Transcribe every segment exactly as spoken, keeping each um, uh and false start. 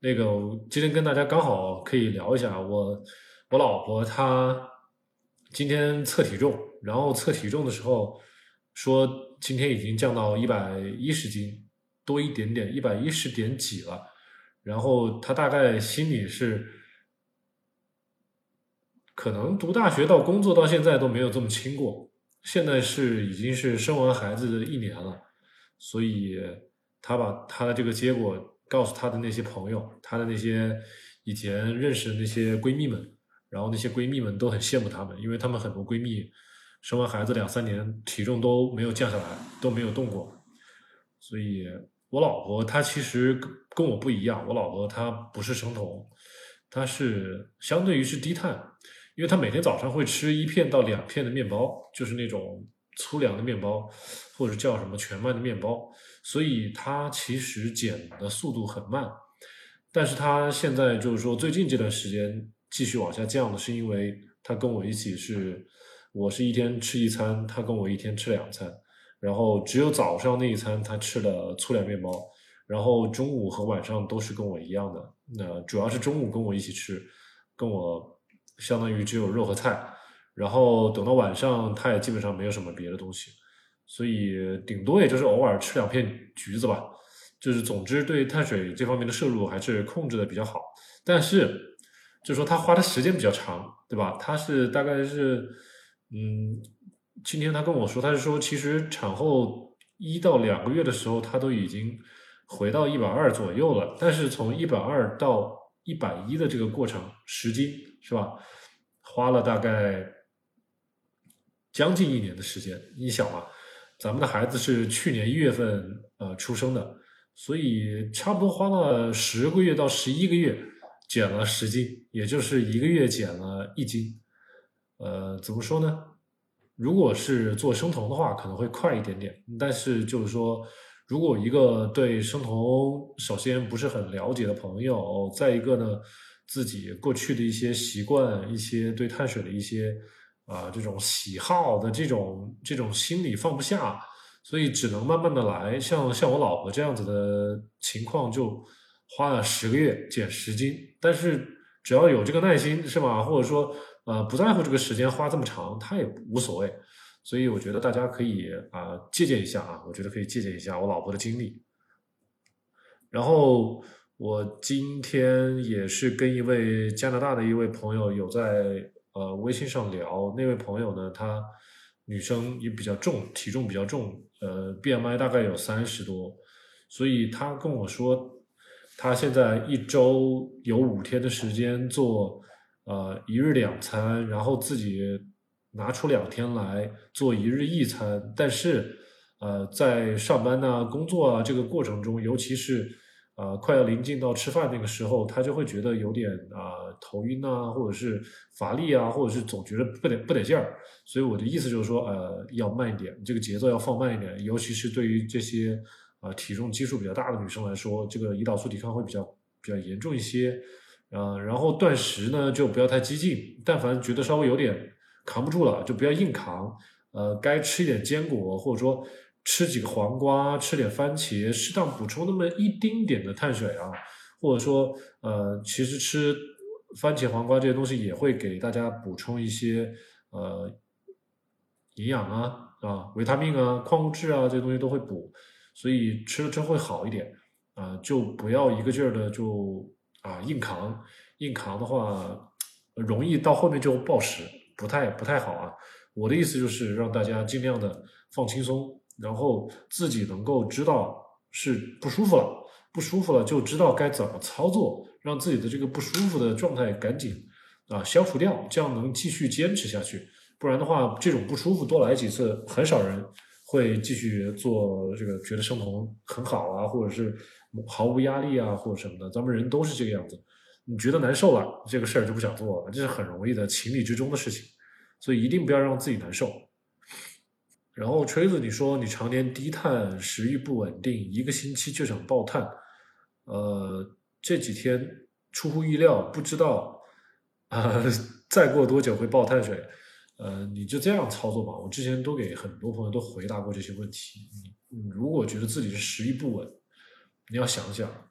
那个今天跟大家刚好可以聊一下，我我老婆她今天测体重，然后测体重的时候说今天已经降到一百一十斤多一点点，一百一十点几了。然后她大概心里是可能读大学到工作到现在都没有这么轻过，现在是已经是生完孩子的一年了，所以她把她的这个结果告诉她的那些朋友，她的那些以前认识的那些闺蜜们，然后那些闺蜜们都很羡慕她们，因为她们很多闺蜜生完孩子两三年体重都没有降下来，都没有动过，所以我老婆她其实跟跟我不一样，我老婆她不是生酮，她是相对于是低碳，因为她每天早上会吃一片到两片的面包，就是那种粗粮的面包，或者叫什么全麦的面包，所以她其实减的速度很慢。但是她现在就是说最近这段时间继续往下降的，是因为她跟我一起是，我是一天吃一餐，她跟我一天吃两餐。然后只有早上那一餐他吃了粗粮面包，然后中午和晚上都是跟我一样的。那主要是中午跟我一起吃，跟我相当于只有肉和菜，然后等到晚上他也基本上没有什么别的东西，所以顶多也就是偶尔吃两片橘子吧。就是总之对碳水这方面的摄入还是控制的比较好，但是就是说他花的时间比较长，对吧？他是大概是嗯，今天他跟我说，他是说其实产后一到两个月的时候，他都已经回到一百二左右了，但是从一百二到一百一的这个过程，十斤是吧？花了大概将近一年的时间。你想嘛，咱们的孩子是去年一月份呃出生的，所以差不多花了十个月到十一个月，减了十斤，也就是一个月减了一斤。呃，怎么说呢？如果是做生酮的话，可能会快一点点。但是就是说，如果一个对生酮首先不是很了解的朋友，再一个呢，自己过去的一些习惯、一些对碳水的一些啊、这种喜好的这种这种心理放不下，所以只能慢慢的来。像像我老婆这样子的情况，就花了十个月减十斤，但是只要有这个耐心，是吧？或者说呃不在乎这个时间花这么长，他也无所谓。所以我觉得大家可以啊、借鉴一下啊，我觉得可以借鉴一下我老婆的经历。然后我今天也是跟一位加拿大的一位朋友有在呃微信上聊，那位朋友呢，她女生也比较重，体重比较重，呃，B M I 大概有三十多，所以她跟我说，她现在一周有五天的时间做呃一日两餐，然后自己拿出两天来做一日一餐，但是呃在上班呐、工作啊这个过程中，尤其是呃快要临近到吃饭那个时候，他就会觉得有点啊、呃头晕啊，或者是乏力啊，或者是总觉得不得不得劲儿。所以我的意思就是说，呃，要慢一点，这个节奏要放慢一点，尤其是对于这些啊、呃体重基数比较大的女生来说，这个胰岛素抵抗会比较比较严重一些。呃，然后断食呢就不要太激进，但凡觉得稍微有点扛不住了，就不要硬扛。呃，该吃一点坚果，或者说吃几个黄瓜，吃点番茄，适当补充那么一丁点的碳水啊，或者说呃，其实吃番茄、黄瓜这些东西也会给大家补充一些呃营养啊啊、维他命啊、矿物质啊这些东西都会补，所以吃了之后会好一点啊、就不要一个劲儿的就啊硬扛，硬扛的话容易到后面就暴食，不太不太好啊。我的意思就是让大家尽量的放轻松，然后自己能够知道是不舒服了，不舒服了就知道该怎么操作，让自己的这个不舒服的状态赶紧啊消除掉，这样能继续坚持下去。不然的话，这种不舒服多来几次，很少人会继续做这个，觉得生酮很好啊，或者是毫无压力啊，或者什么的。咱们人都是这个样子，你觉得难受了，这个事儿就不想做了，这是很容易的，情理之中的事情。所以一定不要让自己难受。然后锤子，你说你常年低碳，食欲不稳定，一个星期就想爆碳，呃，这几天出乎意料，不知道啊、呃再过多久会爆碳水，呃，你就这样操作吧。我之前都给很多朋友都回答过这些问题。你你如果觉得自己是食欲不稳，你要想想，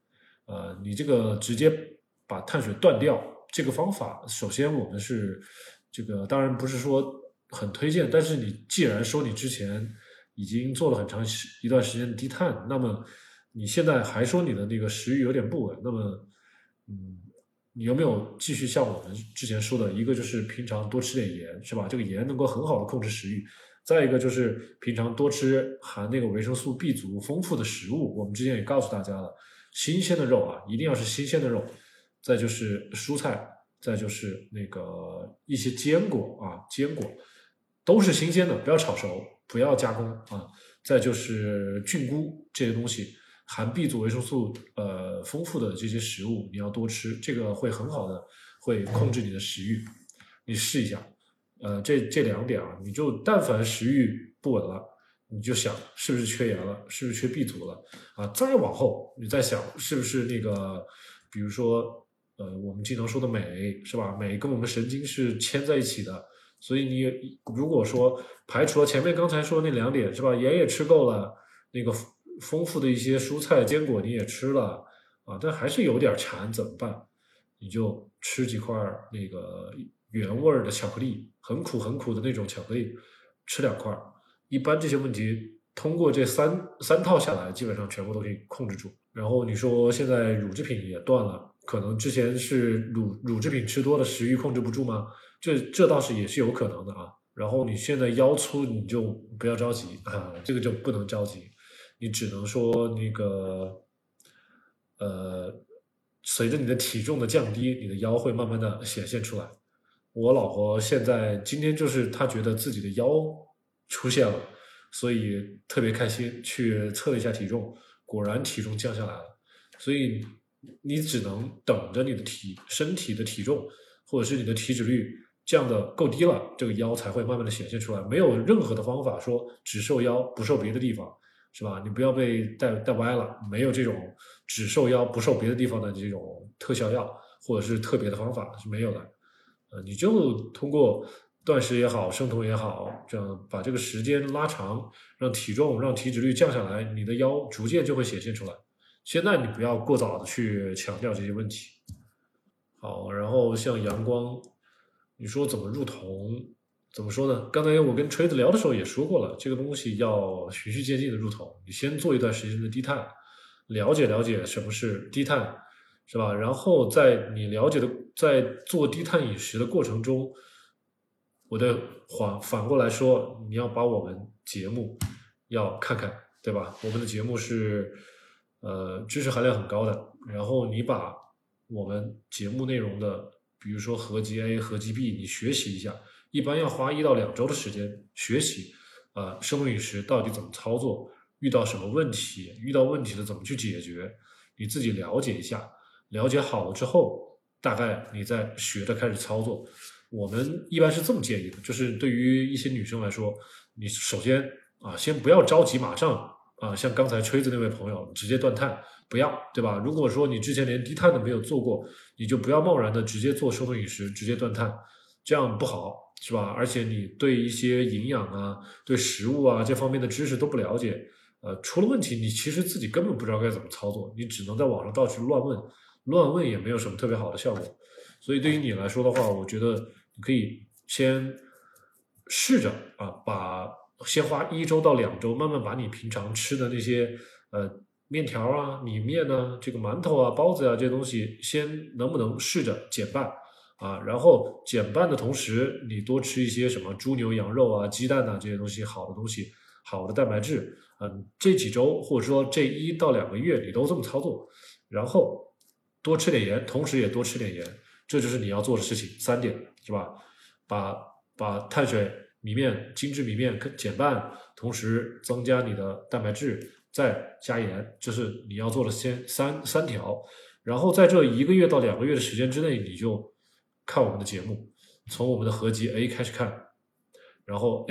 呃，你这个直接把碳水断掉，这个方法，首先我们是这个当然不是说很推荐，但是你既然说你之前已经做了很长时一段时间的低碳，那么你现在还说你的那个食欲有点不稳，那么嗯，你有没有继续像我们之前说的，一个就是平常多吃点盐，是吧？这个盐能够很好的控制食欲。再一个就是平常多吃含那个维生素 B 族丰富的食物，我们之前也告诉大家了，新鲜的肉啊，一定要是新鲜的肉。再就是蔬菜，再就是那个一些坚果啊，坚果都是新鲜的，不要炒熟，不要加工啊。再就是菌菇这些东西，含 B 族维生素呃丰富的这些食物，你要多吃，这个会很好的会控制你的食欲。你试一下，呃，这这两点啊，你就但凡食欲不稳了，你就想是不是缺盐了，是不是缺 B 族了啊？再往后，你再想是不是那个，比如说，呃，我们经常说的镁是吧？镁跟我们神经是牵在一起的，所以你如果说排除了前面刚才说那两点是吧？盐也吃够了，那个丰富的一些蔬菜坚果你也吃了啊，但还是有点馋怎么办？你就吃几块那个原味的巧克力，很苦很苦的那种巧克力，吃两块。一般这些问题通过这三三套下来，基本上全部都可以控制住。然后你说现在乳制品也断了，可能之前是乳乳制品吃多了食欲控制不住吗？这这倒是也是有可能的啊。然后你现在腰粗，你就不要着急啊，这个就不能着急，你只能说那个呃，随着你的体重的降低，你的腰会慢慢的显现出来。我老婆现在今天就是她觉得自己的腰出现了，所以特别开心，去测了一下体重，果然体重降下来了。所以你只能等着你的体身体的体重或者是你的体脂率降的够低了，这个腰才会慢慢的显现出来。没有任何的方法说只瘦腰不瘦别的地方，是吧？你不要被带带歪了，没有这种只瘦腰不瘦别的地方的这种特效药或者是特别的方法是没有的。呃，你就通过断食也好，生酮也好，这样把这个时间拉长，让体重、让体脂率降下来，你的腰逐渐就会显现出来。现在你不要过早的去强调这些问题。好，然后像阳光，你说怎么入酮？怎么说呢？刚才我跟锤子聊的时候也说过了，这个东西要循序渐进的入酮。你先做一段时间的低碳，了解了解什么是低碳，是吧？然后在你了解的，在做低碳饮食的过程中，我的反反过来说，你要把我们节目要看看，对吧？我们的节目是呃知识含量很高的，然后你把我们节目内容的，比如说合集 A、合集 B，你学习一下，一般要花一到两周的时间学习，啊、呃，生酮饮食到底怎么操作，遇到什么问题，遇到问题了怎么去解决，你自己了解一下，了解好了之后，大概你再学着开始操作。我们一般是这么建议的，就是对于一些女生来说，你首先啊，先不要着急马上啊，像刚才吹子那位朋友直接断碳，不要，对吧？如果说你之前连低碳都没有做过，你就不要贸然的直接做生酮饮食，直接断碳，这样不好，是吧？而且你对一些营养啊、对食物啊这方面的知识都不了解，呃，出了问题你其实自己根本不知道该怎么操作，你只能在网上到处乱问，乱问也没有什么特别好的效果。所以对于你来说的话，我觉得你可以先试着啊，把先花一周到两周，慢慢把你平常吃的那些呃面条啊、米面啊、这个馒头啊、包子啊这些东西，先能不能试着减半啊？然后减半的同时，你多吃一些什么猪牛羊肉啊、鸡蛋啊这些东西，好的东西，好的蛋白质。嗯，这几周或者说这一到两个月，你都这么操作，然后多吃点盐，同时也多吃点盐。这就是你要做的事情，三点是吧？把把碳水米面、精致米面减半，同时增加你的蛋白质，再加盐，这是你要做的先三三条。然后在这一个月到两个月的时间之内，你就看我们的节目，从我们的合集 A 开始看，然后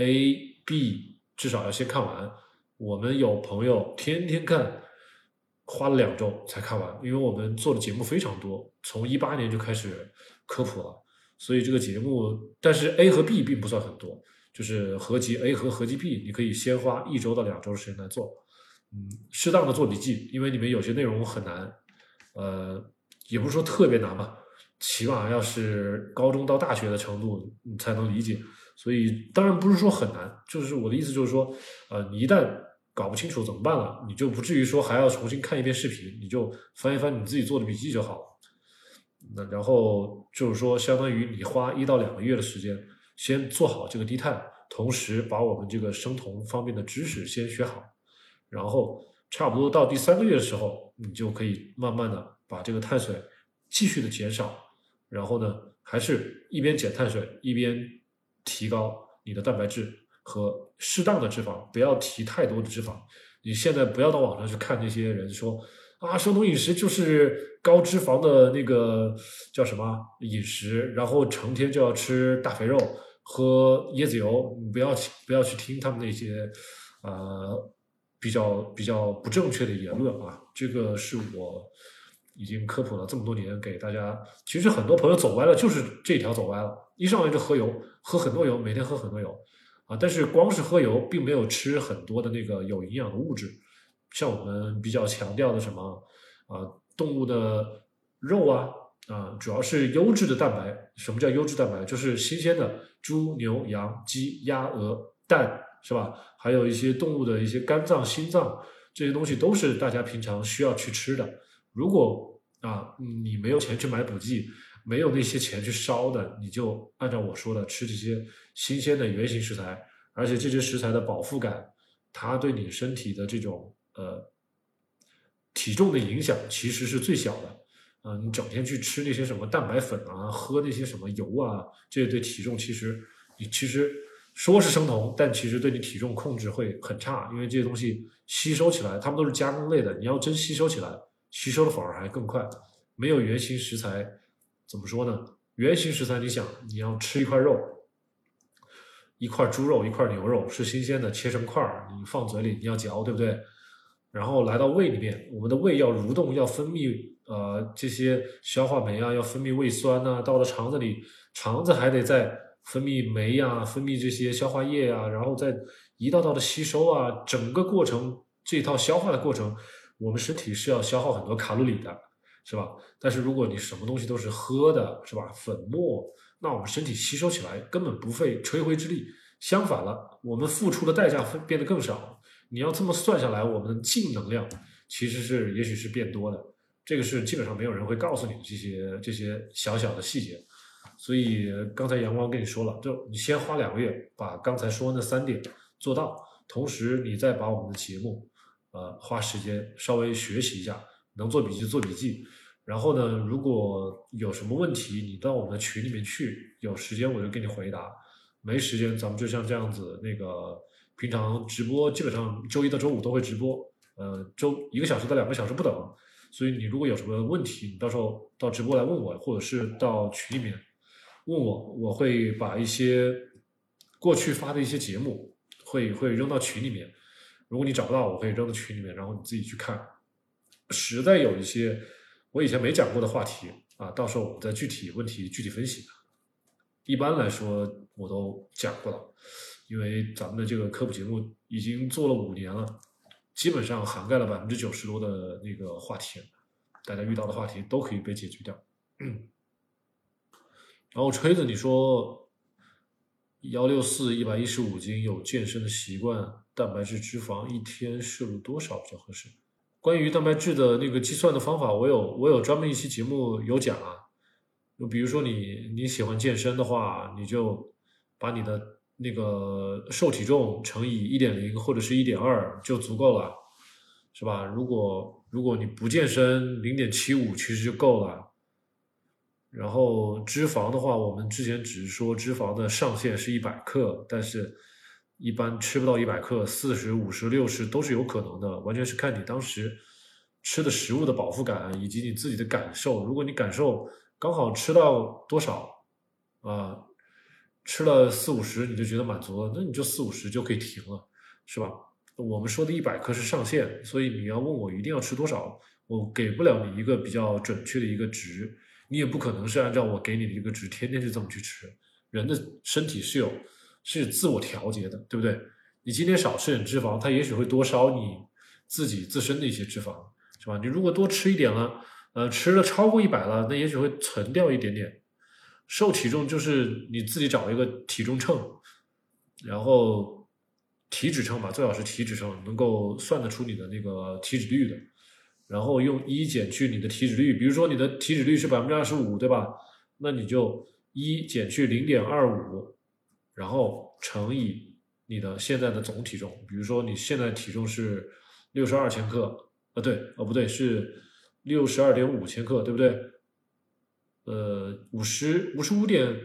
A、B 至少要先看完。我们有朋友天天看，花了两周才看完，因为我们做的节目非常多，从一八年就开始科普了，所以这个节目，但是 A 和 B 并不算很多，就是合集 A 和合集 B，你可以先花一周到两周的时间来做，嗯，适当的做笔记，因为你们有些内容很难， 呃，也不是说特别难吧，起码要是高中到大学的程度你才能理解。所以当然不是说很难，就是我的意思就是说，呃，你一旦搞不清楚怎么办了，你就不至于说还要重新看一遍视频，你就翻一翻你自己做的笔记就好了。那然后就是说，相当于你花一到两个月的时间，先做好这个低碳，同时把我们这个生酮方面的知识先学好，然后差不多到第三个月的时候，你就可以慢慢的把这个碳水继续的减少，然后呢，还是一边减碳水，一边提高你的蛋白质和适当的脂肪，不要提太多的脂肪。你现在不要到网上去看那些人说啊，生酮饮食就是高脂肪的那个叫什么饮食，然后成天就要吃大肥肉、喝椰子油，你不要不要去听他们那些呃比较比较不正确的言论啊。这个是我已经科普了这么多年给大家，其实很多朋友走歪了，就是这条走歪了，一上来就喝油，喝很多油，每天喝很多油啊，但是光是喝油，并没有吃很多的那个有营养的物质。像我们比较强调的什么啊，动物的肉啊啊，主要是优质的蛋白。什么叫优质蛋白？就是新鲜的猪、牛、羊、鸡、鸭、鹅、蛋，是吧？还有一些动物的一些肝脏、心脏这些东西，都是大家平常需要去吃的。如果啊你没有钱去买补剂，没有那些钱去烧的，你就按照我说的吃这些新鲜的原型食材，而且这些食材的饱腹感，它对你身体的这种呃体重的影响其实是最小的。啊、呃，你整天去吃那些什么蛋白粉啊，喝那些什么油啊，这对体重其实你其实说是生酮，但其实对你体重控制会很差，因为这些东西吸收起来，它们都是加工类的，你要真吸收起来，吸收的反而还更快。没有原型食材，怎么说呢？原型食材，你想，你要吃一块肉，一块猪肉，一块牛肉是新鲜的，切成块儿，你放嘴里你要嚼，对不对？然后来到胃里面，我们的胃要蠕动，要分泌呃这些消化酶啊，要分泌胃酸呐、啊，到了肠子里，肠子还得再分泌酶呀、分泌这些消化液啊，然后再一道道的吸收啊，整个过程这套消化的过程，我们身体是要消耗很多卡路里的，是吧？但是如果你什么东西都是喝的，是吧？粉末，那我们身体吸收起来根本不费吹灰之力，相反了，我们付出的代价变得更少。你要这么算下来，我们的净能量其实是也许是变多的，这个是基本上没有人会告诉你的这些这些小小的细节。所以刚才阳光跟你说了，就你先花两个月把刚才说那三点做到，同时你再把我们的节目，呃，花时间稍微学习一下，能做笔记做笔记。然后呢，如果有什么问题，你到我们的群里面去，有时间我就给你回答，没时间咱们就像这样子那个。平常直播基本上周一到周五都会直播，呃，周一个小时到两个小时不等，所以你如果有什么问题，你到时候到直播来问我，或者是到群里面问我，我会把一些过去发的一些节目会会扔到群里面，如果你找不到，我可以扔到群里面，然后你自己去看。实在有一些我以前没讲过的话题啊，到时候我们再具体问题具体分析。一般来说我都讲过了。因为咱们的这个科普节目已经做了五年了，基本上涵盖了百分之九十多的那个话题，大家遇到的话题都可以被解决掉。嗯、然后锤子，你说幺六四一百一十五斤，有健身的习惯，蛋白质、脂肪一天摄入多少比较合适？关于蛋白质的那个计算的方法，我有我有专门一期节目有讲啊。就比如说你你喜欢健身的话，你就把你的那个瘦体重乘以一点零或者是一点二就足够了，是吧？如果如果你不健身，零点七五其实就够了。然后脂肪的话，我们之前只是说脂肪的上限是一百克，但是一般吃不到一百克，四十、五十、六十都是有可能的，完全是看你当时吃的食物的饱腹感以及你自己的感受。如果你感受刚好吃到多少啊？吃了四五十你就觉得满足了，那你就四五十就可以停了，是吧？我们说的一百克是上限，所以你要问我一定要吃多少，我给不了你一个比较准确的一个值，你也不可能是按照我给你的一个值天天就这么去吃。人的身体是有是自我调节的，对不对？你今天少吃点脂肪，它也许会多烧你自己自身的一些脂肪，是吧？你如果多吃一点了， 呃，吃了超过一百了，那也许会存掉一点点。瘦体重就是你自己找一个体重秤，然后体脂秤吧，最好是体脂秤，能够算得出你的那个体脂率的。然后用一减去你的体脂率，比如说你的体脂率是百分之二十五，对吧？那你就一减去零点二五，然后乘以你的现在的总体重。比如说你现在体重是六十二千克，呃，对，哦不对，是六十二点五千克，对不对？呃，五十五十五点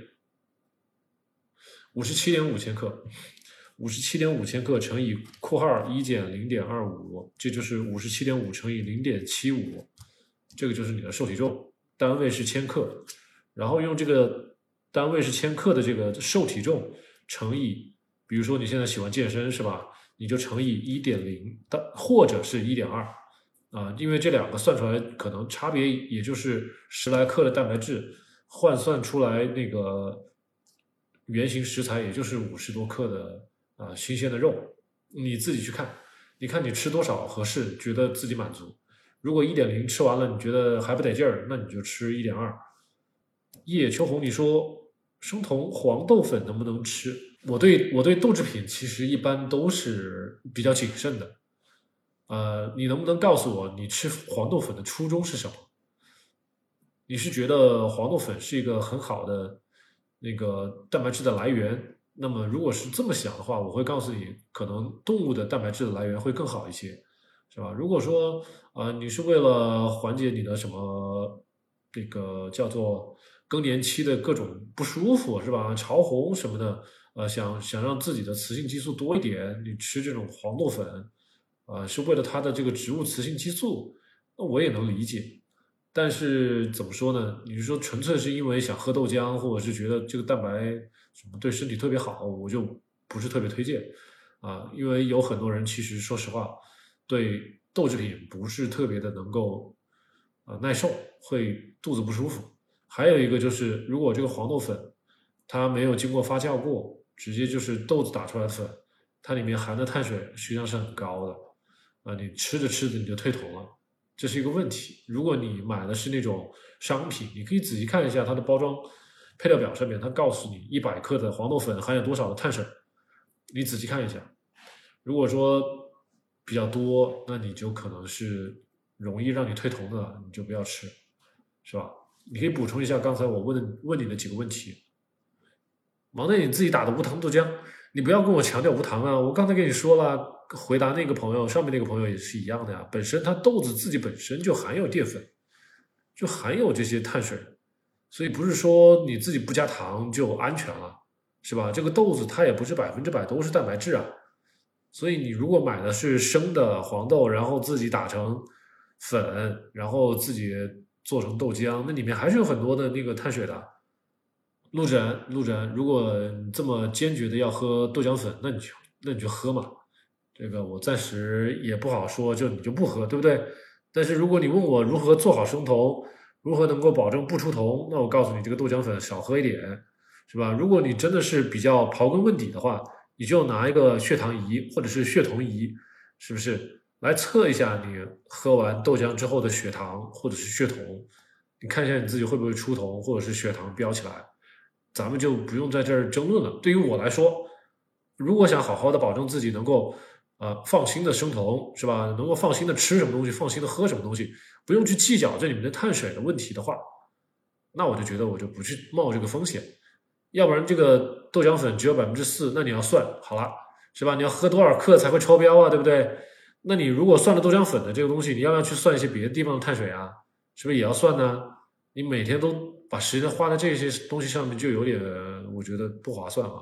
五十七点五千克，五十七点五千克乘以括号一减零点二五，这就是五十七点五乘以零点七五，这个就是你的受体重，单位是千克，然后用这个单位是千克的这个受体重乘以，比如说你现在喜欢健身是吧？你就乘以一点零，或者是一点二。啊，因为这两个算出来可能差别也就是十来克的蛋白质，换算出来那个原型食材也就是五十多克的啊、新鲜的肉，你自己去看，你看你吃多少合适，觉得自己满足。如果一点零吃完了你觉得还不得劲儿，那你就吃一点二。叶秋红，你说生酮黄豆粉能不能吃？我对我对豆制品其实一般都是比较谨慎的。呃，你能不能告诉我，你吃黄豆粉的初衷是什么？你是觉得黄豆粉是一个很好的那个蛋白质的来源？那么如果是这么想的话，我会告诉你，可能动物的蛋白质的来源会更好一些，是吧？如果说啊、呃你是为了缓解你的什么那个叫做更年期的各种不舒服，是吧？潮红什么的，呃，想想让自己的雌性激素多一点，你吃这种黄豆粉。啊、是为了它的这个植物雌性激素，那我也能理解。但是怎么说呢？你说纯粹是因为想喝豆浆，或者是觉得这个蛋白什么对身体特别好，我就不是特别推荐啊。因为有很多人其实说实话，对豆制品不是特别的能够啊耐受，会肚子不舒服。还有一个就是，如果这个黄豆粉它没有经过发酵过，直接就是豆子打出来的粉，它里面含的碳水实际上是很高的。啊，你吃着吃着你就退酮了，这是一个问题。如果你买的是那种商品，你可以仔细看一下它的包装配料表上面，它告诉你一百克的黄豆粉含有多少的碳水，你仔细看一下。如果说比较多，那你就可能是容易让你退酮的，你就不要吃，是吧？你可以补充一下刚才我问的问你的几个问题。忙内你自己打的无糖豆浆，你不要跟我强调无糖啊！我刚才跟你说了，回答那个朋友，上面那个朋友也是一样的呀。本身它豆子自己本身就含有淀粉，就含有这些碳水，所以不是说你自己不加糖就安全了，是吧？这个豆子它也不是百分之百都是蛋白质啊，所以你如果买的是生的黄豆，然后自己打成粉，然后自己做成豆浆，那里面还是有很多的那个碳水的。陆展，陆展，如果你这么坚决的要喝豆浆粉，那你就那你就喝嘛。这个我暂时也不好说，就你就不喝，对不对？但是如果你问我如何做好生酮，如何能够保证不出酮，那我告诉你，这个豆浆粉少喝一点，是吧？如果你真的是比较刨根问底的话，你就拿一个血糖仪或者是血酮仪，是不是来测一下你喝完豆浆之后的血糖或者是血酮，你看一下你自己会不会出酮或者是血糖飙起来。咱们就不用在这儿争论了。对于我来说，如果想好好的保证自己能够呃放心的生酮，是吧？能够放心的吃什么东西，放心的喝什么东西，不用去计较这里面的碳水的问题的话，那我就觉得我就不去冒这个风险。要不然这个豆浆粉只有百分之四，那你要算好了，是吧？你要喝多少克才会超标啊，对不对？那你如果算了豆浆粉的这个东西，你要不要去算一些别的地方的碳水啊？是不是也要算呢？你每天都把时间花在这些东西上面，就有点我觉得不划算啊。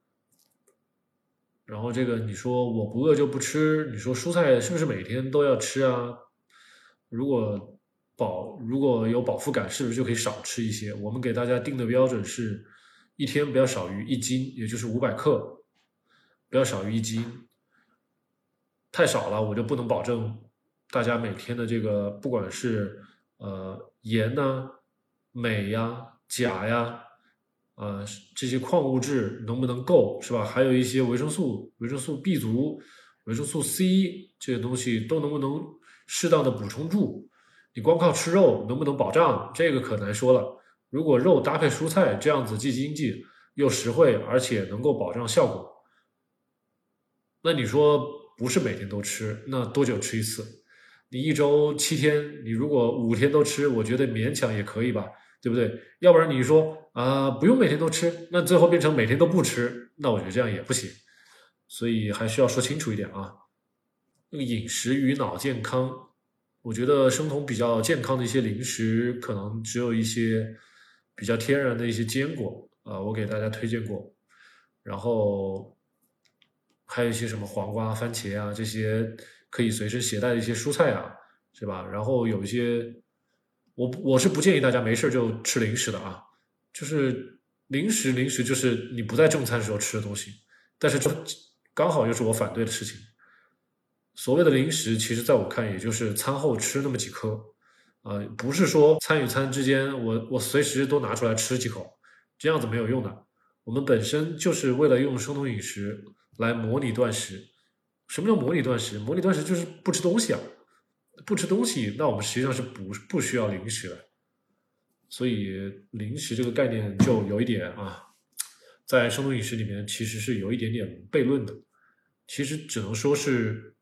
然后这个你说我不饿就不吃，你说蔬菜是不是每天都要吃啊？如果饱如果有饱腹感，是不是就可以少吃一些？我们给大家定的标准是一天不要少于一斤，也就是五百克，不要少于一斤。太少了，我就不能保证大家每天的这个不管是呃盐呐、镁呀、钾呀，呃这些矿物质能不能够，是吧？还有一些维生素，维生素 B 族、维生素 C 这些东西都能不能适当的补充住？ 你光靠吃肉能不能保障，这个可难说了。如果肉搭配蔬菜，这样子既经济又实惠，而且能够保障效果，那你说不是每天都吃，那多久吃一次？你一周七天，你如果五天都吃，我觉得勉强也可以吧，对不对？要不然你说啊、呃不用每天都吃，那最后变成每天都不吃，那我觉得这样也不行。所以还需要说清楚一点啊。那个饮食与脑健康，我觉得生酮比较健康的一些零食，可能只有一些比较天然的一些坚果啊、呃我给大家推荐过。然后还有一些什么黄瓜、番茄啊，这些可以随身携带的一些蔬菜啊，是吧？然后有一些，我我是不建议大家没事就吃零食的啊，就是零食零食就是你不在正餐的时候吃的东西，但是这刚好又是我反对的事情。所谓的零食，其实在我看，也就是餐后吃那么几颗，呃，不是说餐与餐之间我我随时都拿出来吃几口，这样子没有用的。我们本身就是为了用生酮饮食来模拟断食。什么叫模拟断食？模拟断食就是不吃东西啊，不吃东西，那我们实际上是不不需要零食的。所以零食这个概念就有一点啊，在生酮饮食里面其实是有一点点悖论的。其实只能说是，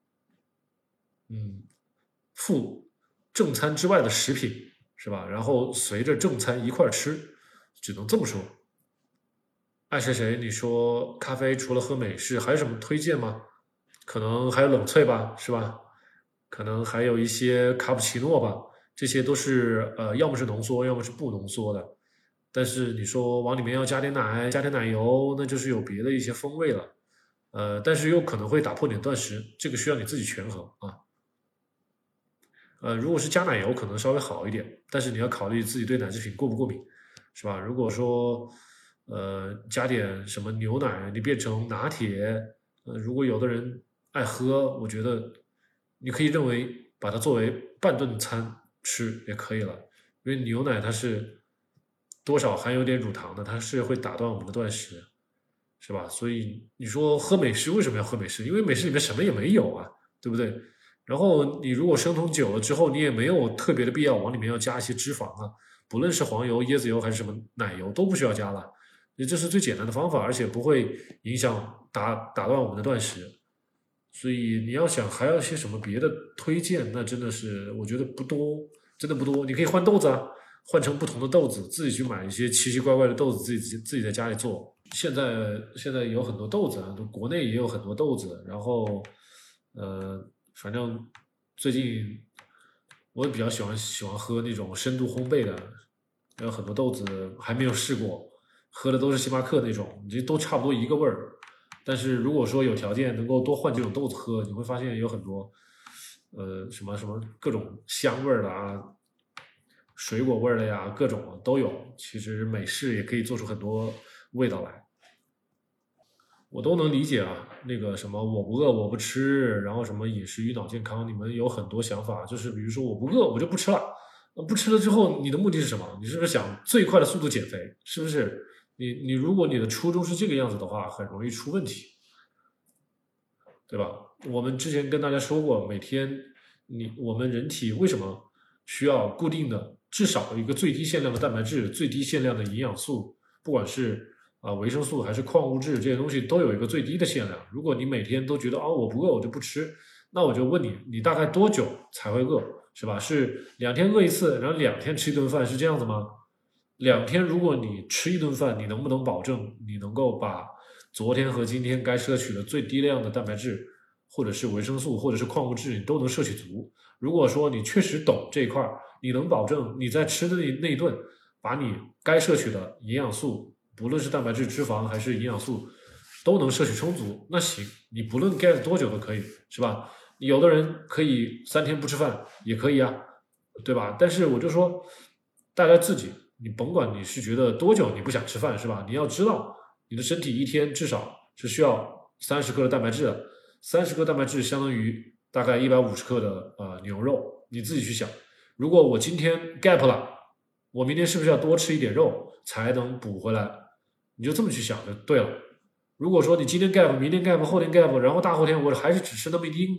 嗯，附正餐之外的食品，是吧？然后随着正餐一块儿吃，只能这么说。爱谁谁，你说咖啡除了喝美式，还有什么推荐吗？可能还有冷萃吧，是吧？可能还有一些卡布奇诺吧，这些都是呃，要么是浓缩，要么是不浓缩的。但是你说往里面要加点奶，加点奶油，那就是有别的一些风味了。呃，但是又可能会打破你的断食，这个需要你自己权衡啊。呃，如果是加奶油，可能稍微好一点，但是你要考虑自己对奶制品过不过敏，是吧？如果说呃加点什么牛奶，你变成拿铁，呃，如果有的人爱喝，我觉得你可以认为把它作为半顿餐吃也可以了，因为牛奶它是多少含有点乳糖的，它是会打断我们的断食，是吧？所以你说喝美式为什么要喝美式？因为美式里面什么也没有啊，对不对？然后你如果生酮久了之后，你也没有特别的必要往里面要加一些脂肪啊，不论是黄油、椰子油还是什么奶油都不需要加了，这是最简单的方法，而且不会影响打打断我们的断食。所以你要想还要一些什么别的推荐，那真的是我觉得不多，真的不多。你可以换豆子啊，换成不同的豆子，自己去买一些奇奇怪怪的豆子，自己自己在家里做。现在现在有很多豆子啊，国内也有很多豆子，然后呃，反正最近我也比较喜欢喜欢喝那种深度烘焙的，有很多豆子还没有试过，喝的都是星巴克那种，这都差不多一个味儿。但是如果说有条件能够多换几种豆子喝，你会发现有很多呃什么什么各种香味儿的啊，水果味儿的呀，各种都有。其实美式也可以做出很多味道来。我都能理解啊，那个什么我不饿我不吃，然后什么饮食与脑健康，你们有很多想法，就是比如说我不饿我就不吃了，呃不吃了之后你的目的是什么？你是不是想最快的速度减肥？是不是？你你如果你的初衷是这个样子的话，很容易出问题，对吧？我们之前跟大家说过，每天你我们人体为什么需要固定的至少一个最低限量的蛋白质、最低限量的营养素，不管是啊、维生素还是矿物质这些东西都有一个最低的限量。如果你每天都觉得啊、我不饿我就不吃，那我就问你，你大概多久才会饿，是吧？是两天饿一次，然后两天吃一顿饭，是这样子吗？两天如果你吃一顿饭，你能不能保证你能够把昨天和今天该摄取的最低量的蛋白质，或者是维生素，或者是矿物质，你都能摄取足？如果说你确实懂这一块儿，你能保证你在吃的那那一顿，把你该摄取的营养素，不论是蛋白质、脂肪还是营养素，都能摄取充足，那行，你不论 get 多久都可以，是吧？有的人可以三天不吃饭，也可以啊，对吧？但是我就说，大家自己，你甭管你是觉得多久你不想吃饭，是吧？你要知道，你的身体一天至少是需要三十克的蛋白质的，三十克蛋白质相当于大概一百五十克的呃牛肉，你自己去想，如果我今天 gap 了，我明天是不是要多吃一点肉才能补回来？你就这么去想就对了。如果说你今天 gap，明天 gap，后天 gap，然后大后天我还是只吃那么一丁，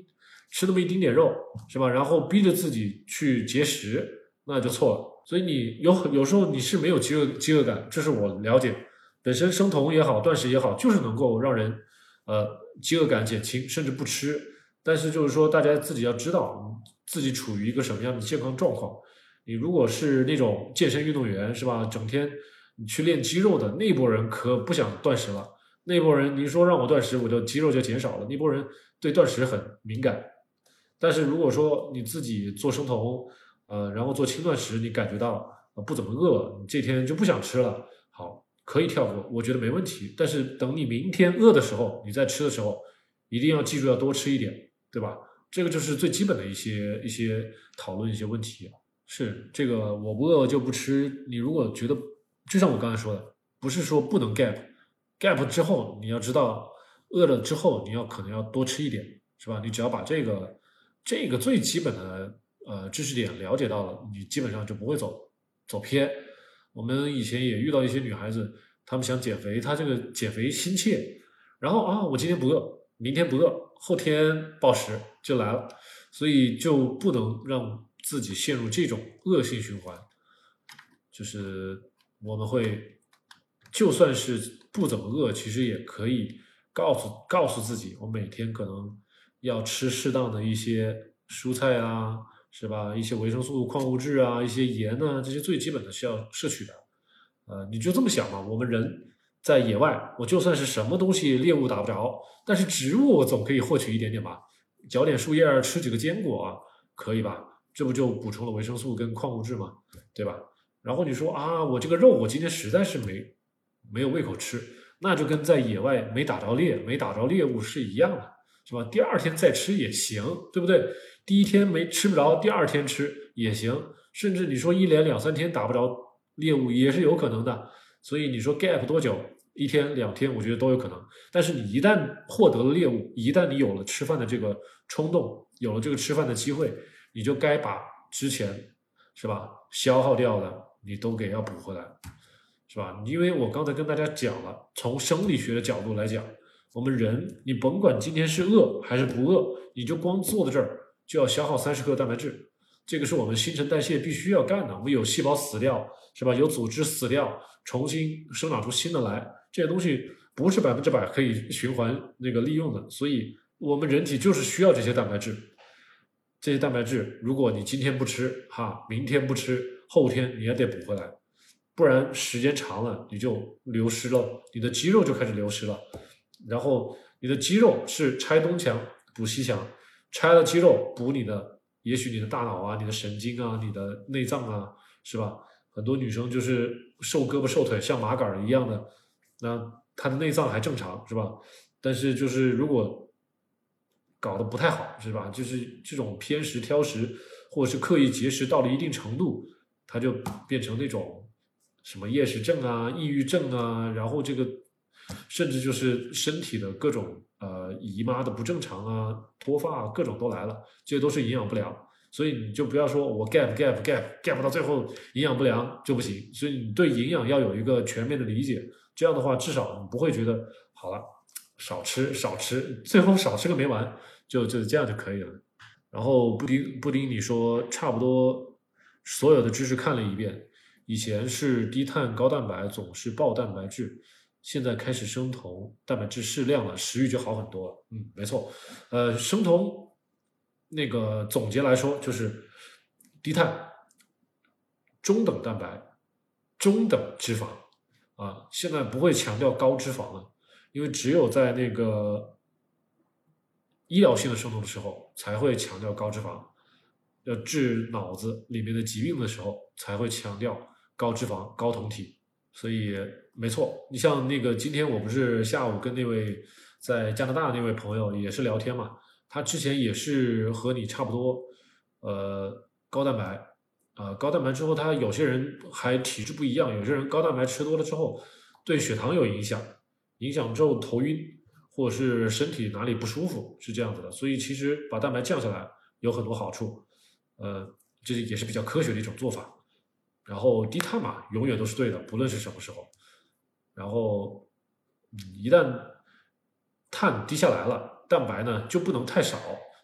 吃那么一丁点肉，是吧？然后逼着自己去节食，那就错了。所以你有有时候你是没有饥饿饥饿感，这是我了解。本身生酮也好，断食也好，就是能够让人呃饥饿感减轻，甚至不吃。但是就是说，大家自己要知道自己处于一个什么样的健康状况。你如果是那种健身运动员，是吧？整天你去练肌肉的那波人，可不想断食了。那波人，你说让我断食，我就肌肉就减少了。那波人对断食很敏感。但是如果说你自己做生酮，呃，然后做轻断食，你感觉到、呃、不怎么饿，你这天就不想吃了，好，可以跳过，我觉得没问题。但是等你明天饿的时候，你再吃的时候，一定要记住要多吃一点，对吧？这个就是最基本的一些一些讨论一些问题。是这个，我不饿就不吃。你如果觉得，就像我刚才说的，不是说不能 gap，gap 之后你要知道，饿了之后你要可能要多吃一点，是吧？你只要把这个这个最基本的呃知识点了解到了，你基本上就不会走走偏。我们以前也遇到一些女孩子，她们想减肥，她这个减肥心切，然后啊，我今天不饿，明天不饿，后天暴食就来了，所以就不能让自己陷入这种恶性循环。就是我们会，就算是不怎么饿，其实也可以告诉告诉自己，我每天可能要吃适当的一些蔬菜啊，是吧？一些维生素、矿物质啊，一些盐啊，这些最基本的是要摄取的。呃，你就这么想嘛，我们人在野外，我就算是什么东西猎物打不着，但是植物我总可以获取一点点吧，嚼点树叶儿，吃几个坚果啊，可以吧？这不就补充了维生素跟矿物质吗？对吧？然后你说啊，我这个肉我今天实在是没没有胃口吃，那就跟在野外没打着猎、没打着猎物是一样的，是吧？第二天再吃也行，对不对？第一天没吃不着，第二天吃也行，甚至你说一连两三天打不着猎物也是有可能的。所以你说 gap 多久？一天两天，我觉得都有可能。但是你一旦获得了猎物，一旦你有了吃饭的这个冲动，有了这个吃饭的机会，你就该把之前是吧消耗掉的，你都给要补回来，是吧？因为我刚才跟大家讲了，从生理学的角度来讲，我们人你甭管今天是饿还是不饿，你就光坐在这儿就要消耗三十克蛋白质，这个是我们新陈代谢必须要干的。我们有细胞死掉，是吧？有组织死掉，重新生长出新的来，这些东西不是百分之百可以循环那个利用的，所以我们人体就是需要这些蛋白质。这些蛋白质，如果你今天不吃，哈，明天不吃，后天你也得补回来，不然时间长了你就流失了，你的肌肉就开始流失了。然后你的肌肉是拆东墙补西墙，拆了肌肉补你的，也许你的大脑啊、你的神经啊、你的内脏啊，是吧？很多女生就是瘦胳膊瘦腿，像麻杆一样的，那她的内脏还正常，是吧？但是就是如果搞得不太好，是吧？就是这种偏食、挑食，或者是刻意节食到了一定程度，它就变成那种什么厌食症啊、抑郁症啊，然后这个甚至就是身体的各种呃姨妈的不正常啊、脱发啊，各种都来了，这些都是营养不良。所以你就不要说我 gap gap gap gap 到最后营养不良就不行。所以你对营养要有一个全面的理解，这样的话至少你不会觉得好了。少吃少吃，最后少吃个没完，就就这样就可以了。然后布丁布丁，你说差不多所有的知识看了一遍，以前是低碳高蛋白，总是爆蛋白质，现在开始生酮，蛋白质适量了，食欲就好很多了。嗯，没错。呃，生酮那个总结来说就是低碳、中等蛋白、中等脂肪啊，现在不会强调高脂肪了。因为只有在那个医疗性的生酮的时候，才会强调高脂肪；要治脑子里面的疾病的时候，才会强调高脂肪、高酮体。所以没错，你像那个今天我不是下午跟那位在加拿大那位朋友也是聊天嘛，他之前也是和你差不多，呃，高蛋白，啊、呃，高蛋白之后，他有些人还体质不一样，有些人高蛋白吃多了之后，对血糖有影响。影响之后头晕，或者是身体哪里不舒服，是这样子的。所以其实把蛋白降下来有很多好处，呃，这也是比较科学的一种做法。然后低碳嘛，永远都是对的，不论是什么时候。然后，嗯，一旦碳低下来了，蛋白呢就不能太少，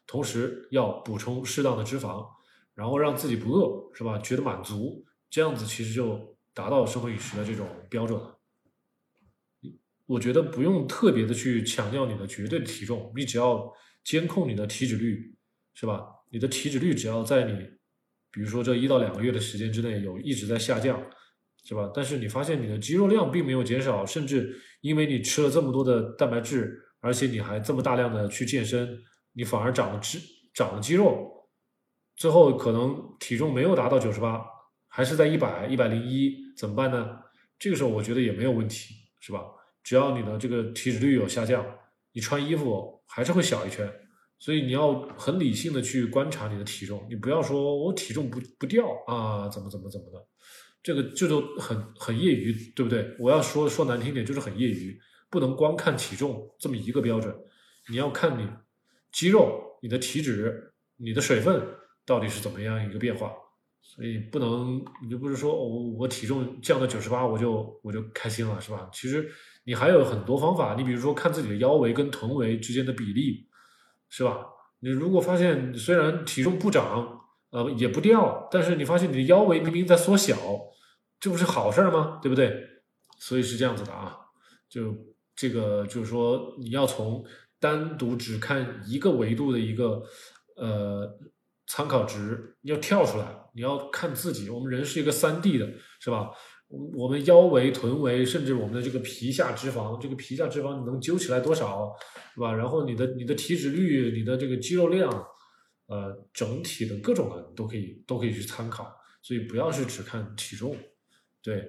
同时要补充适当的脂肪，然后让自己不饿，是吧？觉得满足，这样子其实就达到生酮饮食的这种标准了。我觉得不用特别的去强调你的绝对的体重，你只要监控你的体脂率，是吧？你的体脂率只要在你，比如说这一到两个月的时间之内有一直在下降，是吧？但是你发现你的肌肉量并没有减少，甚至因为你吃了这么多的蛋白质，而且你还这么大量的去健身，你反而长了脂，长了肌肉，最后可能体重没有达到九十八，还是在一百、一百零一，怎么办呢？这个时候我觉得也没有问题，是吧？只要你的这个体脂率有下降，你穿衣服还是会小一圈，所以你要很理性的去观察你的体重，你不要说我体重不不掉啊，怎么怎么怎么的，这个这都很很业余，对不对？我要说说难听点，就是很业余，不能光看体重这么一个标准，你要看你肌肉、你的体脂、你的水分到底是怎么样一个变化。所以不能，你就不是说哦，我体重降到九十八，我就我就开心了，是吧？其实你还有很多方法，你比如说看自己的腰围跟臀围之间的比例，是吧？你如果发现虽然体重不涨，呃，也不掉，但是你发现你的腰围明明在缩小，这不是好事儿吗？对不对？所以是这样子的啊，就这个就是说你要从单独只看一个维度的一个呃参考值，你要跳出来，你要看自己。我们人是一个三 D 的，是吧？我们腰围、臀围，甚至我们的这个皮下脂肪，这个皮下脂肪你能揪起来多少，是吧？然后你的你的体脂率、你的这个肌肉量，呃，整体的各种的都可以都可以去参考。所以不要是只看体重，对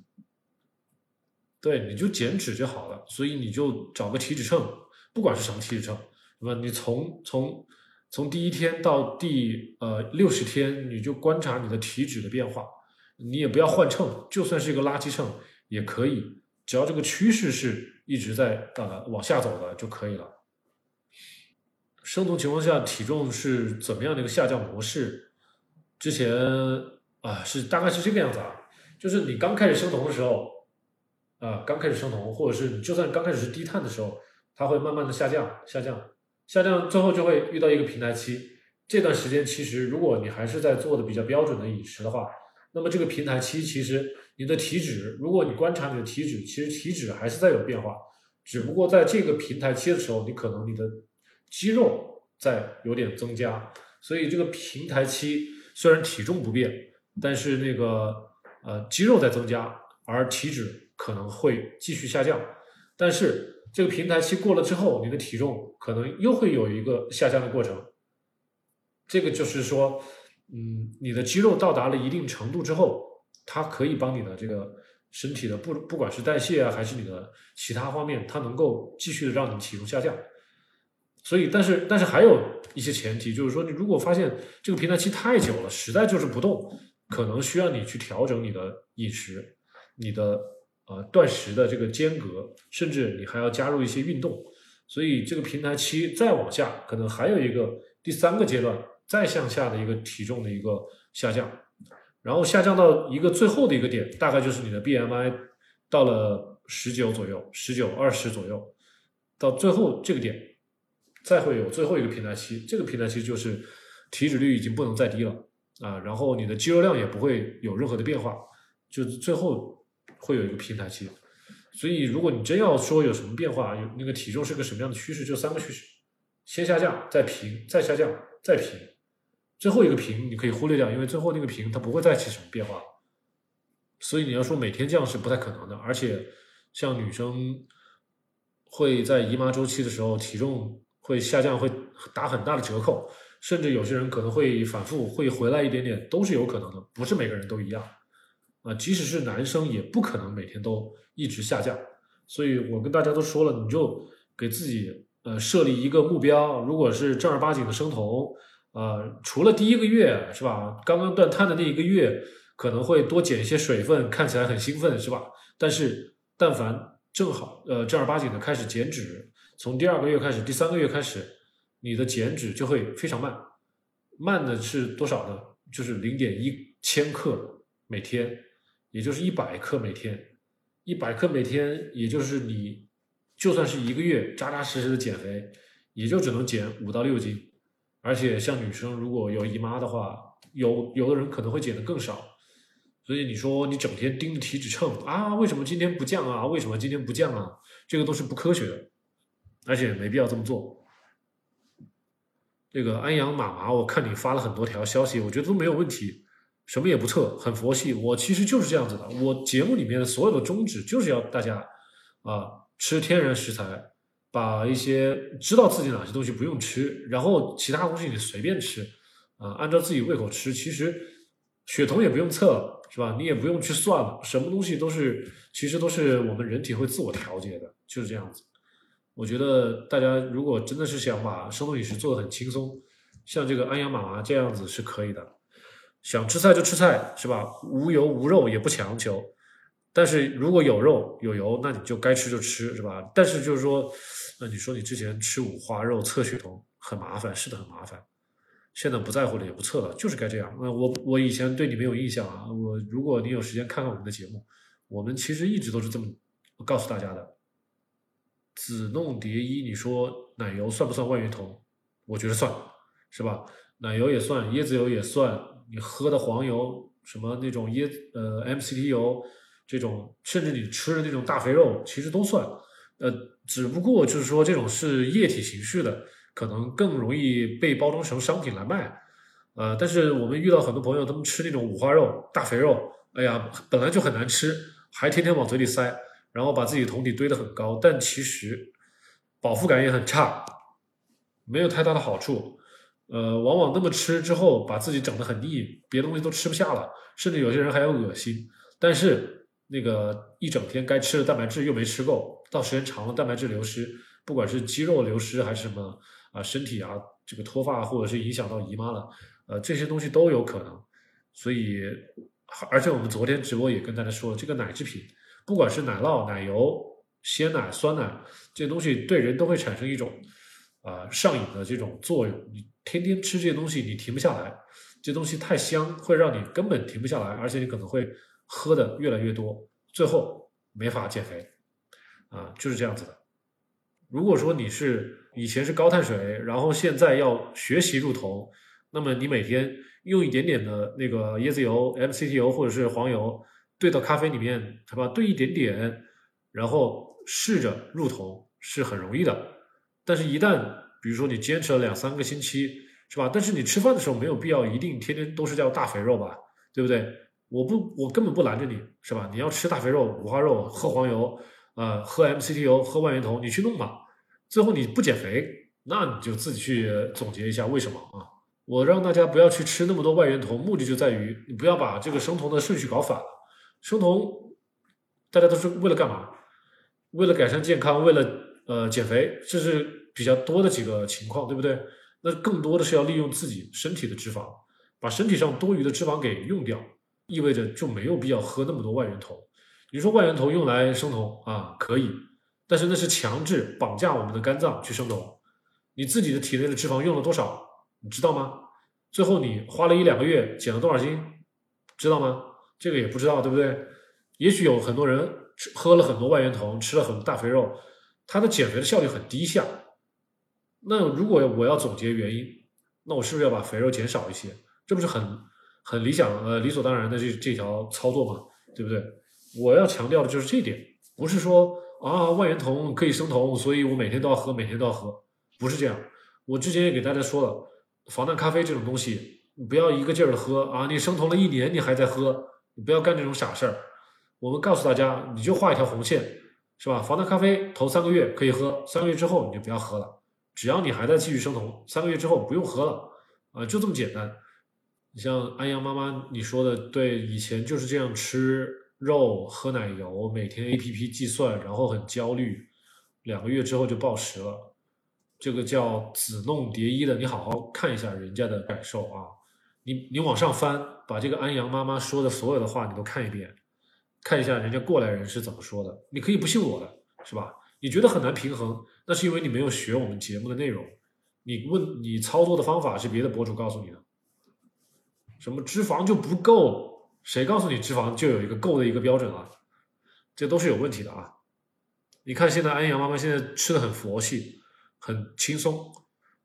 对，你就减脂就好了。所以你就找个体脂秤，不管是什么体脂秤，那么你从从从第一天到第呃六十天，你就观察你的体脂的变化。你也不要换秤，就算是一个垃圾秤也可以，只要这个趋势是一直在呃往下走的就可以了。生酮情况下体重是怎么样的一个下降模式？之前啊是大概是这个样子啊，就是你刚开始生酮的时候，啊刚开始生酮，或者是你就算刚开始是低碳的时候，它会慢慢的下降，下降，下降，最后就会遇到一个平台期。这段时间其实如果你还是在做的比较标准的饮食的话，那么这个平台期其实你的体脂，如果你观察你的体脂，其实体脂还是在有变化，只不过在这个平台期的时候，你可能你的肌肉在有点增加，所以这个平台期虽然体重不变，但是那个呃肌肉在增加，而体脂可能会继续下降。但是这个平台期过了之后，你的体重可能又会有一个下降的过程。这个就是说，嗯，你的肌肉到达了一定程度之后，它可以帮你的这个身体的不不管是代谢啊，还是你的其他方面，它能够继续的让你体重下降。所以，但是但是还有一些前提，就是说，你如果发现这个平台期太久了，实在就是不动，可能需要你去调整你的饮食，你的呃断食的这个间隔，甚至你还要加入一些运动。所以这个平台期再往下，可能还有一个第三个阶段，再向下的一个体重的一个下降，然后下降到一个最后的一个点，大概就是你的 B M I 到了十九左右，十九二十左右，到最后这个点，再会有最后一个平台期。这个平台期就是体脂率已经不能再低了啊，然后你的肌肉量也不会有任何的变化，就是最后会有一个平台期。所以，如果你真要说有什么变化，有那个体重是个什么样的趋势，就三个趋势：先下降，再平，再下降，再平。最后一个平你可以忽略掉，因为最后那个平它不会再起什么变化。所以你要说每天降是不太可能的，而且像女生会在姨妈周期的时候体重会下降，会打很大的折扣，甚至有些人可能会反复会回来一点点，都是有可能的，不是每个人都一样。啊，即使是男生也不可能每天都一直下降，所以我跟大家都说了，你就给自己呃设立一个目标，如果是正儿八经的生酮，呃，除了第一个月是吧，刚刚断碳的那一个月可能会多减一些水分，看起来很兴奋是吧？但是但凡正好呃正儿八经的开始减脂，从第二个月开始，第三个月开始，你的减脂就会非常慢，慢的是多少呢？就是零点一千克每天。也就是一百克每天，一百克每天，也就是你就算是一个月扎扎实实的减肥，也就只能减五到六斤。 而且像女生如果有姨妈的话，有有的人可能会减得更少。所以你说你整天盯着体脂秤啊，为什么今天不降啊？为什么今天不降啊？这个都是不科学的，而且没必要这么做。这个安阳妈妈，我看你发了很多条消息，我觉得都没有问题，什么也不测，很佛系。我其实就是这样子的，我节目里面的所有的宗旨就是要大家啊吃天然食材，把一些知道自己哪些东西不用吃，然后其他东西你随便吃啊，按照自己胃口吃。其实血统也不用测了，是吧？你也不用去算了，什么东西都是其实都是我们人体会自我调节的，就是这样子。我觉得大家如果真的是想把生酮饮食做得很轻松，像这个安阳妈妈这样子是可以的。想吃菜就吃菜，是吧？无油无肉也不强求。但是如果有肉有油，那你就该吃就吃，是吧？但是就是说，那你说你之前吃五花肉测血统很麻烦，是的，很麻烦。现在不在乎了，也不测了，就是该这样。那我我以前对你没有印象啊，我如果你有时间看看我们的节目，我们其实一直都是这么告诉大家的。子弄蝶衣，你说奶油算不算万源酮？我觉得算，是吧？奶油也算，椰子油也算，你喝的黄油，什么那种椰呃 M C T 油，这种甚至你吃的那种大肥肉，其实都算。呃，只不过就是说这种是液体形式的，可能更容易被包装成商品来卖。呃，但是我们遇到很多朋友，他们吃那种五花肉、大肥肉，哎呀，本来就很难吃，还天天往嘴里塞，然后把自己酮体堆得很高，但其实饱腹感也很差，没有太大的好处。呃，往往那么吃之后，把自己整得很腻，别的东西都吃不下了，甚至有些人还有恶心。但是那个一整天该吃的蛋白质又没吃够，到时间长了蛋白质流失，不管是肌肉流失还是什么啊，身体啊这个脱发或者是影响到姨妈了，呃，这些东西都有可能。所以，而且我们昨天直播也跟大家说了，这个奶制品，不管是奶酪、奶油、鲜奶、酸奶这些东西，对人都会产生一种啊、呃上瘾的这种作用。你天天吃这些东西，你停不下来，这东西太香，会让你根本停不下来，而且你可能会喝的越来越多，最后没法减肥啊，就是这样子的。如果说你是以前是高碳水，然后现在要学习入酮，那么你每天用一点点的那个椰子油、M C T 油或者是黄油兑到咖啡里面，是吧？兑一点点，然后试着入酮是很容易的。但是，一旦比如说你坚持了两三个星期，是吧？但是你吃饭的时候没有必要一定天天都是叫大肥肉吧，对不对？我不，我根本不拦着你，是吧？你要吃大肥肉、五花肉，喝黄油，呃，喝 M C T 油，喝万源酮，你去弄吧。最后你不减肥，那你就自己去总结一下为什么啊？我让大家不要去吃那么多万源酮，目的就在于你不要把这个生酮的顺序搞反了。生酮大家都是为了干嘛？为了改善健康，为了呃减肥，这是比较多的几个情况，对不对？那更多的是要利用自己身体的脂肪，把身体上多余的脂肪给用掉，意味着就没有必要喝那么多万源酮。你说万源酮用来生酮啊，可以，但是那是强制绑架我们的肝脏去生酮，你自己的体内的脂肪用了多少，你知道吗？最后你花了一两个月减了多少斤，知道吗？这个也不知道，对不对？也许有很多人吃喝了很多万源酮，吃了很多大肥肉，他的减肥的效率很低下。那如果我要总结原因，那我是不是要把肥肉减少一些？这不是很很理想呃理所当然的这这条操作吗？对不对？我要强调的就是这一点，不是说啊万源酮可以生酮，所以我每天都要喝，每天都要喝，不是这样。我之前也给大家说了，防弹咖啡这种东西，你不要一个劲儿的喝啊，你生酮了一年你还在喝，你不要干这种傻事儿。我们告诉大家，你就画一条红线，是吧？防弹咖啡头三个月可以喝，三个月之后你就不要喝了。只要你还在继续生酮，三个月之后不用喝了，啊，就这么简单。你像安阳妈妈你说的，对，以前就是这样吃肉、喝奶油，每天 A P P 计算，然后很焦虑，两个月之后就暴食了。这个叫子弄蝶衣的，你好好看一下人家的感受啊。你你往上翻，把这个安阳妈妈说的所有的话你都看一遍，看一下人家过来人是怎么说的。你可以不信我的，是吧？你觉得很难平衡，那是因为你没有学我们节目的内容。你问你操作的方法是别的博主告诉你的，什么脂肪就不够，谁告诉你脂肪就有一个够的一个标准啊？这都是有问题的啊！你看现在安阳妈妈现在吃的很佛系，很轻松，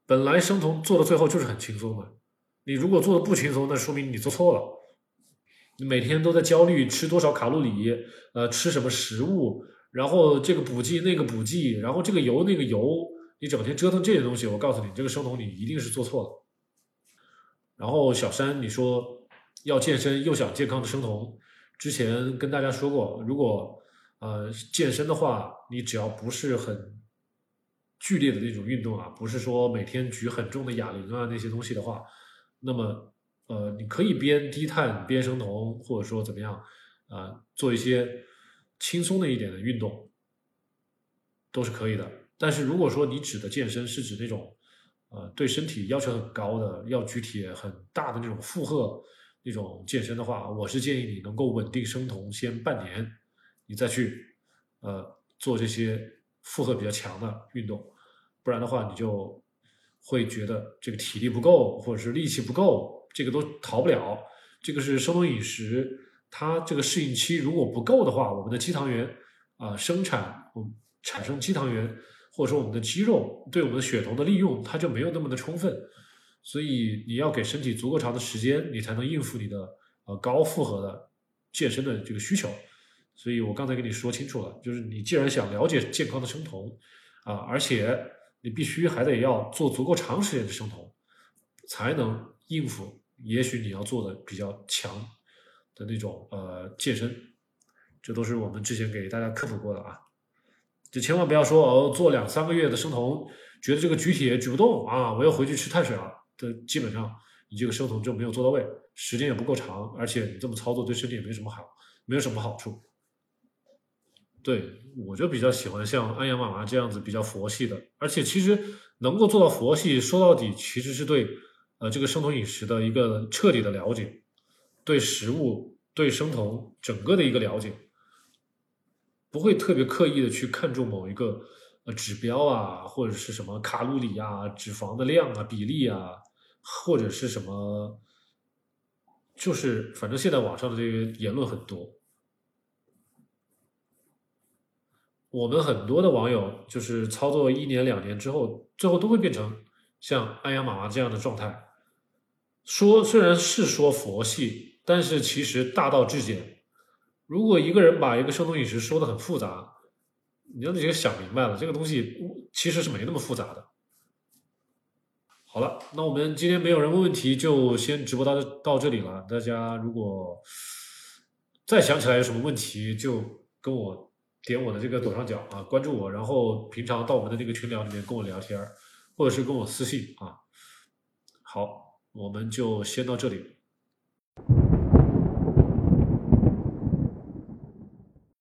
本来生酮做到最后就是很轻松的，你如果做的不轻松，那说明你做错了。你每天都在焦虑吃多少卡路里，呃，吃什么食物，然后这个补剂那个补剂，然后这个油那个油，你整天折腾这些东西，我告诉你，这个生酮你一定是做错了。然后小山，你说要健身又想健康的生酮，之前跟大家说过，如果呃健身的话，你只要不是很剧烈的那种运动啊，不是说每天举很重的哑铃啊那些东西的话，那么呃你可以边低碳边生酮，或者说怎么样啊、呃做一些轻松的一点的运动都是可以的。但是如果说你指的健身是指那种呃对身体要求很高的，要举铁很大的那种负荷那种健身的话，我是建议你能够稳定生酮先半年，你再去呃做这些负荷比较强的运动，不然的话你就会觉得这个体力不够，或者是力气不够，这个都逃不了。这个是生酮饮食，它这个适应期如果不够的话，我们的肌糖原啊、呃生产，我们产生肌糖原，或者说我们的肌肉对我们的血酮的利用，它就没有那么的充分。所以你要给身体足够长的时间，你才能应付你的呃高负荷的健身的这个需求。所以我刚才跟你说清楚了，就是你既然想了解健康的生酮啊，而且你必须还得要做足够长时间的生酮，才能应付也许你要做的比较强的那种呃健身，这都是我们之前给大家科普过的啊。就千万不要说哦，做两三个月的生酮，觉得这个举铁举不动啊，我要回去吃碳水了。这基本上你这个生酮就没有做到位，时间也不够长，而且你这么操作对身体也没什么好，没有什么好处。对，我就比较喜欢像安阳妈妈这样子比较佛系的，而且其实能够做到佛系，说到底其实是对呃这个生酮饮食的一个彻底的了解，对食物、对生酮整个的一个了解。不会特别刻意的去看重某一个呃指标啊，或者是什么卡路里啊、脂肪的量啊、比例啊，或者是什么，就是反正现在网上的这个言论很多，我们很多的网友就是操作一年两年之后，最后都会变成像安阳妈妈这样的状态。说虽然是说佛系，但是其实大道至简。如果一个人把一个生酮饮食说的很复杂，你让这个想明白了，这个东西其实是没那么复杂的。好了，那我们今天没有人问问题，就先直播到到这里了。大家如果再想起来有什么问题，就跟我点我的这个左上角啊，关注我，然后平常到我们的那个群聊里面跟我聊天或者是跟我私信啊。好，我们就先到这里。